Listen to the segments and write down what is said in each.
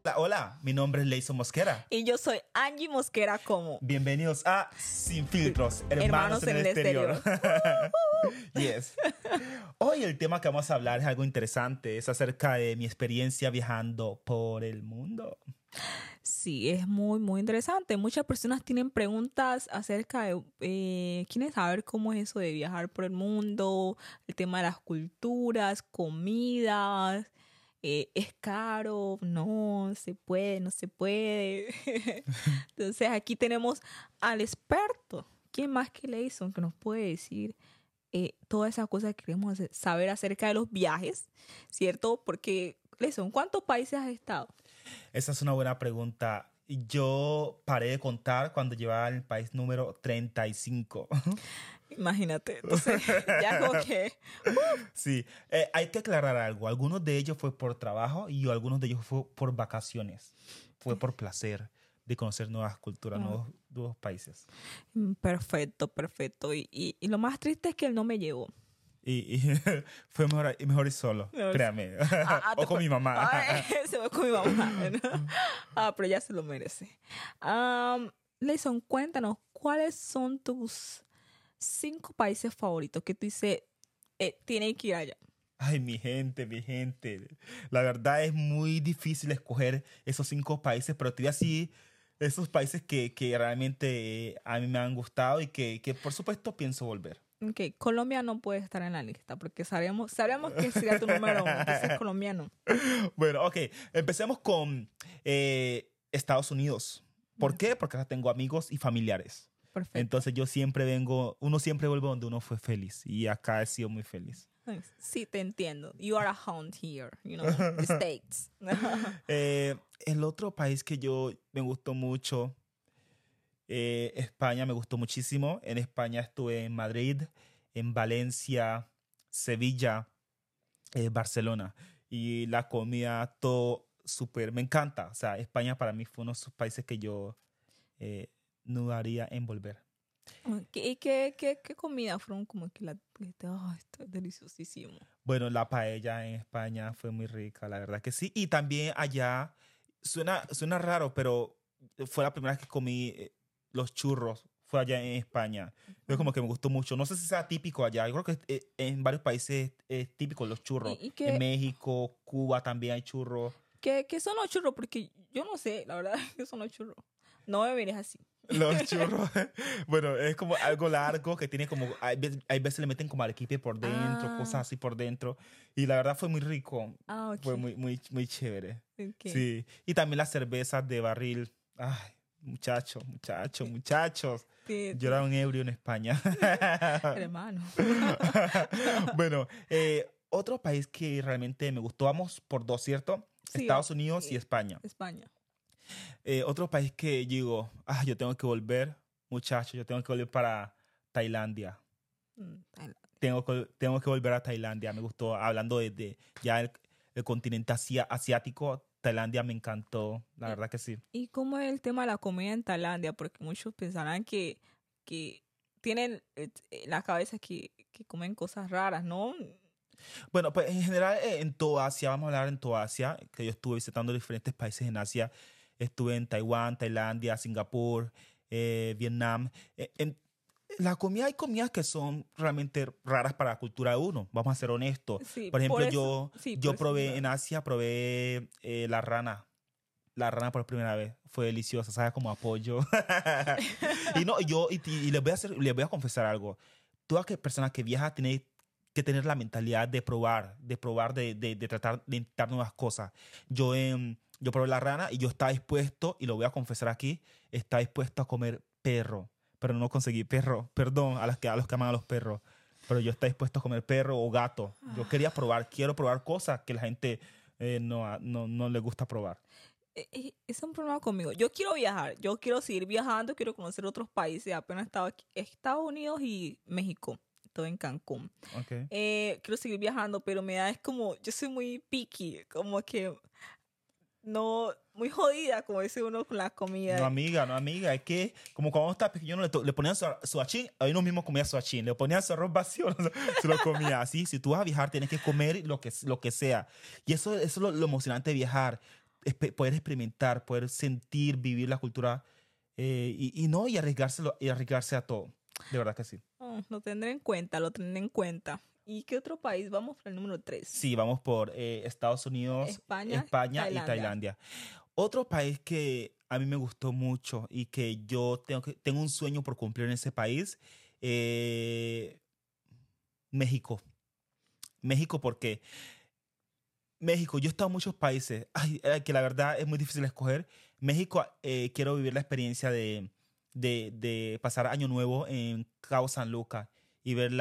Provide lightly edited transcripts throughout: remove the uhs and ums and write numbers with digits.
Hola, hola, mi nombre es Leison Mosquera. Y yo soy Angie Mosquera como. Bienvenidos a Sin Filtros, hermanos en el exterior. Yes. Hoy el tema que vamos a hablar es algo interesante, es acerca de mi experiencia viajando por el mundo. Sí, es muy interesante. Muchas personas tienen preguntas acerca de, quieren saber cómo es eso de viajar por el mundo, el tema de las culturas, comidas, es caro, no se puede, no se puede. Entonces aquí tenemos al experto. ¿Quién más que Leison que nos puede decir todas esas cosas que queremos saber acerca de los viajes, ¿cierto? Porque, Leison, ¿cuántos países has estado? Esa es una buena pregunta. Yo paré de contar cuando llevaba el país número 35. Imagínate. Entonces, ya como que... Sí, hay que aclarar algo. Algunos de ellos fue por trabajo y algunos de ellos fue por vacaciones. Fue por placer de conocer nuevas culturas, nuevos países. Perfecto. Y lo más triste es que él no me llevó. Y fue mejor ir solo, créame. O con mi mamá. Se fue con mi mamá. ¿No? Pero ya se lo merece. Leison, cuéntanos, ¿cuáles son tus 5 países favoritos que tú dices, tienen que ir allá? Ay, mi gente. La verdad es muy difícil escoger esos 5 países, pero te voy a decir esos países que realmente a mí me han gustado y que por supuesto pienso volver. Ok, Colombia no puede estar en la lista porque sabemos que sería tu número 1, entonces Colombia no. Bueno, ok, empecemos con Estados Unidos. ¿Por qué? Porque acá tengo amigos y familiares. Perfecto. Entonces uno siempre vuelve donde uno fue feliz y acá he sido muy feliz. Sí, te entiendo. You are a hound here, you know, the States. El otro país que me gustó mucho, España me gustó muchísimo. En España estuve en Madrid, en Valencia, Sevilla, Barcelona. Y la comida, todo súper, me encanta. O sea, España para mí fue uno de esos países que yo dudaría en volver. ¿Y qué comida fueron como que esto es deliciosísimo? Bueno, la paella en España fue muy rica, la verdad que sí. Y también allá, suena raro, pero fue la primera vez que comí los churros. Fue allá en España. Yo como que me gustó mucho. No sé si sea típico allá. Yo creo que en varios países es típico los churros. ¿Y en México, Cuba también hay churros. ¿Qué son los churros? Porque yo no sé, la verdad, ¿qué son los churros? No me verías así. Los churros, bueno, es como algo largo que tiene como, hay veces le meten como arequipe por dentro, cosas así por dentro. Y la verdad fue muy rico. Okay. Fue muy chévere. Okay. Sí. Y también las cervezas de barril. Ay, muchachos. Sí. Yo era un ebrio en España. Hermano. Bueno, otro país que realmente me gustó, vamos por 2, ¿cierto? Sí, Estados Unidos y España. Otro país que digo, yo tengo que volver, muchachos, yo tengo que volver para Tailandia. Tengo que volver a Tailandia. Me gustó, hablando de ya el continente asiático, Tailandia me encantó, la verdad que sí. ¿Y cómo es el tema de la comida en Tailandia? Porque muchos pensarán que tienen la cabeza que comen cosas raras, ¿no? Bueno, pues en general en toda Asia, vamos a hablar en toda Asia, que yo estuve visitando diferentes países en Asia. Estuve en Taiwán, Tailandia, Singapur, Vietnam. La comida, hay comidas que son realmente raras para la cultura de uno, vamos a ser honestos. Sí, por ejemplo, yo probé en Asia, la rana. La rana por primera vez. Fue deliciosa, sabe como a pollo. y les voy a confesar algo. Toda persona que viaja tiene que tener la mentalidad de probar, de tratar de intentar nuevas cosas. Yo probé la rana y yo estaba dispuesto, y lo voy a confesar aquí, estaba dispuesto a comer perro, pero no conseguí perro. Perdón a los que aman a los perros, pero yo estaba dispuesto a comer perro o gato. Yo quiero probar cosas que la gente no le gusta probar. Es un problema conmigo. Yo quiero viajar, yo quiero seguir viajando, quiero conocer otros países. Apenas he estado aquí, Estados Unidos y México. Estoy en Cancún. Okay. Quiero seguir viajando, pero es como, yo soy muy picky, como que no, muy jodida, como dice uno con la comida. No, amiga, es que como cuando uno estaba pequeño le ponían su achín, ahí uno mismo comía su achín, le ponían su arroz vacío, se lo comía. Así, si tú vas a viajar, tienes que comer lo que sea. Y eso es lo emocionante de viajar. poder experimentar, poder sentir, vivir la cultura y arriesgarse a todo. De verdad que sí. Oh, lo tendré en cuenta, lo tendré en cuenta. ¿Y qué otro país? Vamos por el número 3. Sí, vamos por Estados Unidos, España, y Tailandia. Tailandia. Otro país que a mí me gustó mucho y que yo tengo un sueño por cumplir en ese país, México. México porque México, yo he estado en muchos países, que la verdad es muy difícil escoger. México, quiero vivir la experiencia de pasar Año Nuevo en Cabo San Lucas y ver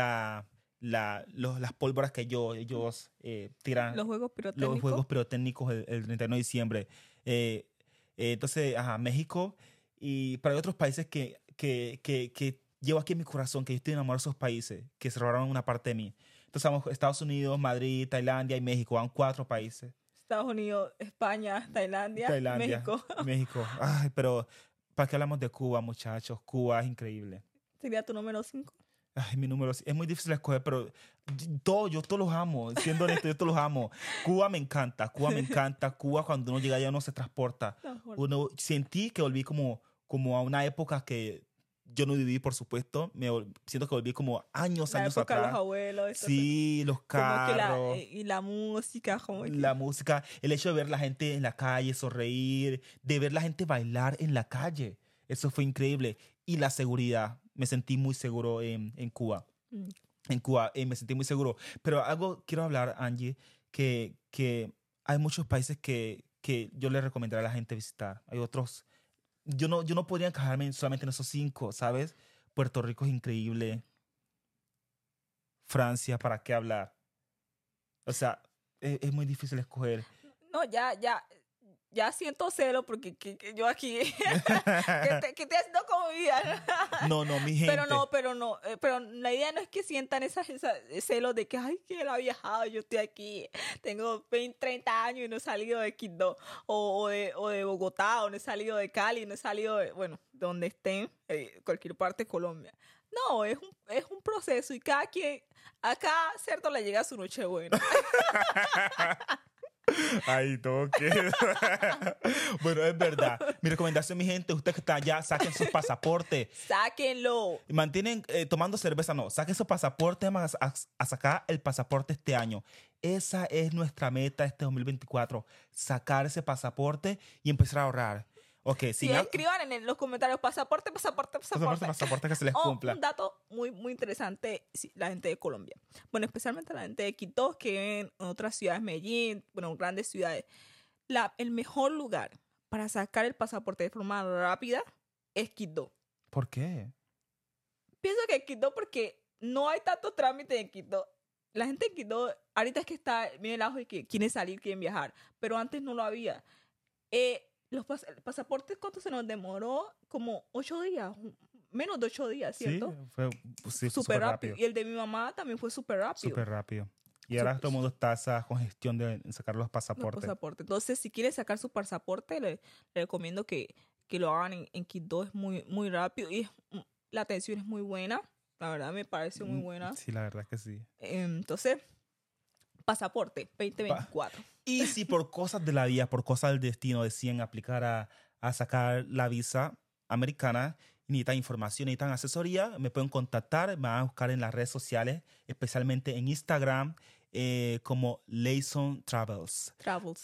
las pólvoras que ellos tiran, Los juegos los pirotécnicos. juegos pirotécnicos el 31 de diciembre. Eh, entonces, México. Pero hay otros países que llevo aquí en mi corazón, que yo estoy enamorado de esos países, que se robaron una parte de mí. Entonces, vamos, Estados Unidos, Madrid, Tailandia y México. Van 4 países. Estados Unidos, España, Tailandia, México. México. Ay, pero ¿para qué hablamos de Cuba, muchachos? Cuba es increíble. ¿Sería tu número 5? Ay, mi número es muy difícil escoger, pero yo todos los amo. Siendo honesto, yo todos los amo. Cuba me encanta, Cuba me encanta. Cuba, cuando uno llega allá, uno se transporta. Sentí que volví como a una época que yo no viví, por supuesto. Siento que volví como años La época atrás. de los abuelos. Sí, los carros. Y la música. La música, el hecho de ver la gente en la calle sonreír, de ver la gente bailar en la calle. Eso fue increíble. Y la seguridad. Me sentí muy seguro en Cuba. Mm. En Cuba me sentí muy seguro. Pero algo quiero hablar, Angie, que hay muchos países que yo le recomendaría a la gente visitar. Hay otros. Yo no podría encajarme solamente en esos 5, ¿sabes? Puerto Rico es increíble. Francia, ¿para qué hablar? O sea, es muy difícil escoger. No, ya siento celo porque que yo aquí que te haciendo como vida. No, mi gente. Pero la idea no es que sientan esa celos de que ay, que él ha viajado, yo estoy aquí, tengo 20, 30 años y no he salido de Quito o de Bogotá, o no he salido de Cali, no he salido de, bueno, donde estén, cualquier parte de Colombia. No, es un proceso y acá cierto le llega a su noche buena. Ay, toque. Bueno, es verdad. Mi recomendación, mi gente, ustedes que están allá, saquen sus pasaportes. Sáquenlo. Mantienen tomando cerveza, no. Saquen su pasaporte a sacar el pasaporte este año. Esa es nuestra meta este 2024. Sacar ese pasaporte y empezar a ahorrar. Ok, sí, escriban en los comentarios pasaporte que se les cumpla. Un dato muy, muy interesante, la gente de Colombia. Bueno, especialmente la gente de Quito, que viven en otras ciudades, Medellín, bueno, grandes ciudades. El mejor lugar para sacar el pasaporte de forma rápida es Quito. ¿Por qué? Pienso que Quito porque no hay tanto trámite en Quito. La gente de Quito, ahorita es que está bien el auge y que quieren salir, quieren viajar, pero antes no lo había. El pasaporte, ¿cuánto se nos demoró? Como 8 días, menos de 8 días, ¿cierto? Sí, fue súper rápido. Y el de mi mamá también fue súper rápido. Súper rápido. Y ahora todo el mundo está esa congestión de sacar los pasaportes. Entonces, si quieres sacar su pasaporte, le recomiendo que lo hagan en Quito. Es muy, muy rápido y la atención es muy buena. La verdad me pareció muy buena. Sí, la verdad que sí. Entonces, pasaporte 2024. Y si por cosas de la vida, por cosas del destino deciden aplicar a sacar la visa americana y necesitan información, necesitan asesoría, me pueden contactar, me van a buscar en las redes sociales, especialmente en Instagram como Layson Travels.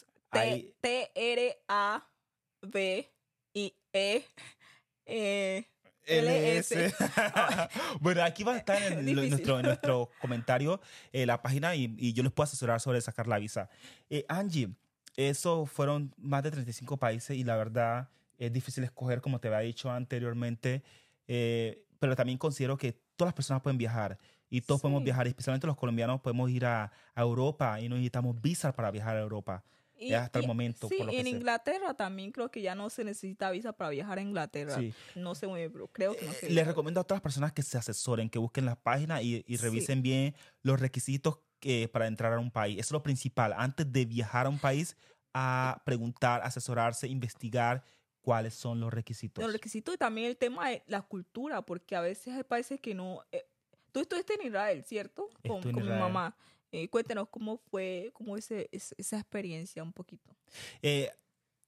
TRAVIE. Bueno, aquí va a estar en nuestro comentario la página y yo les puedo asesorar sobre sacar la visa. Angie, eso fueron más de 35 países y la verdad es difícil escoger, como te había dicho anteriormente, pero también considero que todas las personas pueden viajar y todos podemos viajar, especialmente los colombianos podemos ir a Europa y no necesitamos visa para viajar a Europa. Hasta el momento. Sí, por lo que en Inglaterra también creo que ya no se necesita visa para viajar a Inglaterra. Sí. No sé muy bien, pero creo que no se les recomiendo a todas las personas que se asesoren, que busquen las páginas y revisen bien los requisitos para entrar a un país. Eso es lo principal. Antes de viajar a un país, a preguntar, asesorarse, investigar cuáles son los requisitos. Los requisitos y también el tema de la cultura, porque a veces hay países que no... Tú estuviste en Israel, ¿cierto? Con mi mamá. Cuéntanos cómo fue esa experiencia un poquito.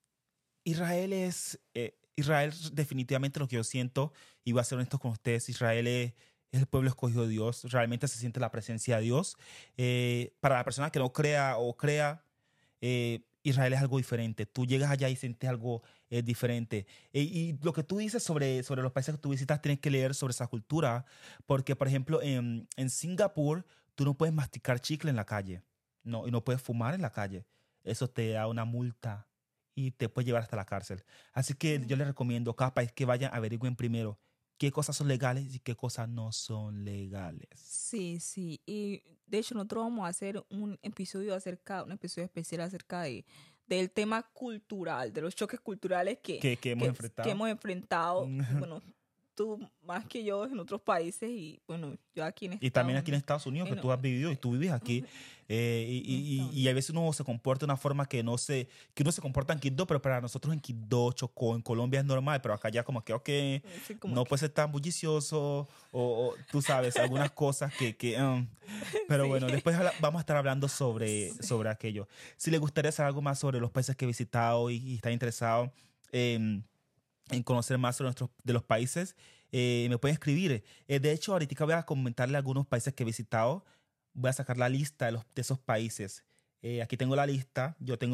Israel definitivamente lo que yo siento, y voy a ser honesto con ustedes, Israel es el pueblo escogido de Dios, realmente se siente la presencia de Dios. Para la persona que no crea o crea, Israel es algo diferente. Tú llegas allá y sientes algo diferente. Y lo que tú dices sobre los países que tú visitas, tienes que leer sobre esa cultura, porque, por ejemplo, en Singapur, tú no puedes masticar chicle en la calle, no, y no puedes fumar en la calle. Eso te da una multa y te puede llevar hasta la cárcel. Así que yo les recomiendo, cada país que vayan, averigüen primero qué cosas son legales y qué cosas no son legales. Sí, sí. Y de hecho nosotros vamos a hacer un episodio especial acerca del tema cultural, de los choques culturales Que hemos enfrentado. que hemos enfrentado. Bueno, tú más que yo en otros países y bueno, yo aquí en Y también aquí en Estados Unidos, que tú has vivido y tú vives aquí. Y a veces uno se comporta de una forma que uno se comporta en Quito, pero para nosotros en Quito, Chocó, en Colombia es normal, pero acá ya como que, ok, Sí, como no puede ser tan bullicioso, o tú sabes, algunas cosas pero Sí. bueno, después vamos a estar hablando sobre aquello. Si les gustaría saber algo más sobre los países que he visitado y están interesados en conocer más sobre de los países, me pueden escribir. De hecho, ahorita voy a comentarle algunos países que he visitado. Voy a sacar la lista de esos países. Aquí tengo la lista. Yo tengo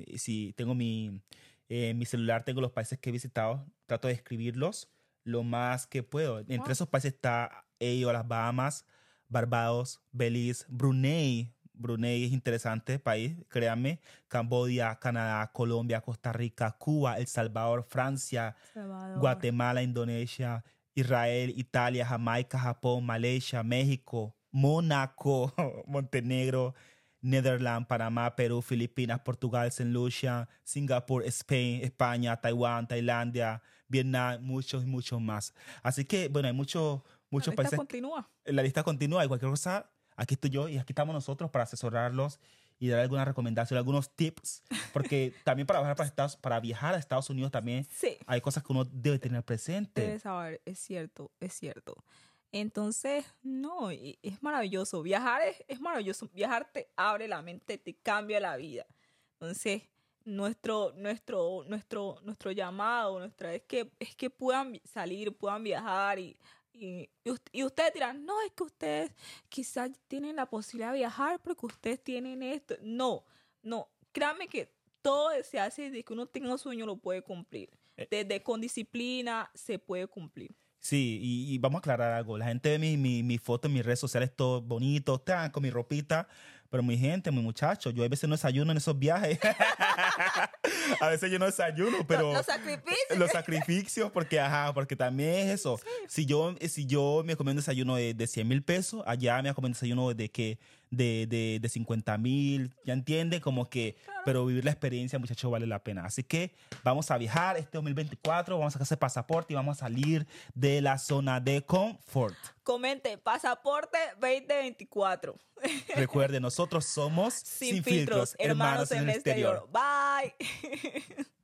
mi celular, tengo los países que he visitado. Trato de escribirlos lo más que puedo. Entre esos países está las Bahamas, Barbados, Belice, Brunei. Brunei es interesante país, créanme. Camboya, Canadá, Colombia, Costa Rica, Cuba, El Salvador, Francia, Salvador. Guatemala, Indonesia, Israel, Italia, Jamaica, Japón, Malaysia, México, Mónaco, Montenegro, Netherlands, Panamá, Perú, Filipinas, Portugal, Saint Lucia, Singapur, España, Taiwán, Tailandia, Vietnam, muchos y muchos más. Así que, bueno, hay muchos La lista países. continúa. La lista continúa y cualquier cosa, aquí estoy yo y aquí estamos nosotros para asesorarlos y dar alguna recomendación, algunos tips, porque también para viajar a Estados Unidos también Sí. hay cosas que uno debe tener presente. Debes saber, es cierto, es cierto. Entonces, no, es maravilloso. Viajar es maravilloso. Viajar te abre la mente, te cambia la vida. Entonces, nuestro llamado, es que puedan salir, puedan viajar y ustedes dirán, no, es que ustedes quizás tienen la posibilidad de viajar porque ustedes tienen esto. No, créanme que todo se hace desde que uno tenga un sueño lo puede cumplir. Desde con disciplina se puede cumplir. Sí, y vamos a aclarar algo. La gente ve mi foto en mis redes sociales, todo bonito, con mi ropita, pero mi gente, mi muchacho, yo a veces no desayuno en esos viajes. A veces yo no desayuno, pero Los sacrificios. los sacrificios, porque también es eso. Sí. Si yo me comí un desayuno de 100,000 pesos, allá me comí un desayuno de 50,000, ¿ya entienden? Como que, Claro. pero vivir la experiencia, muchachos, vale la pena. Así que vamos a viajar este 2024, vamos a sacar ese pasaporte y vamos a salir de la zona de confort. Comente, pasaporte 2024. Recuerden, nosotros somos Sin filtros, hermanos en el exterior. Bye.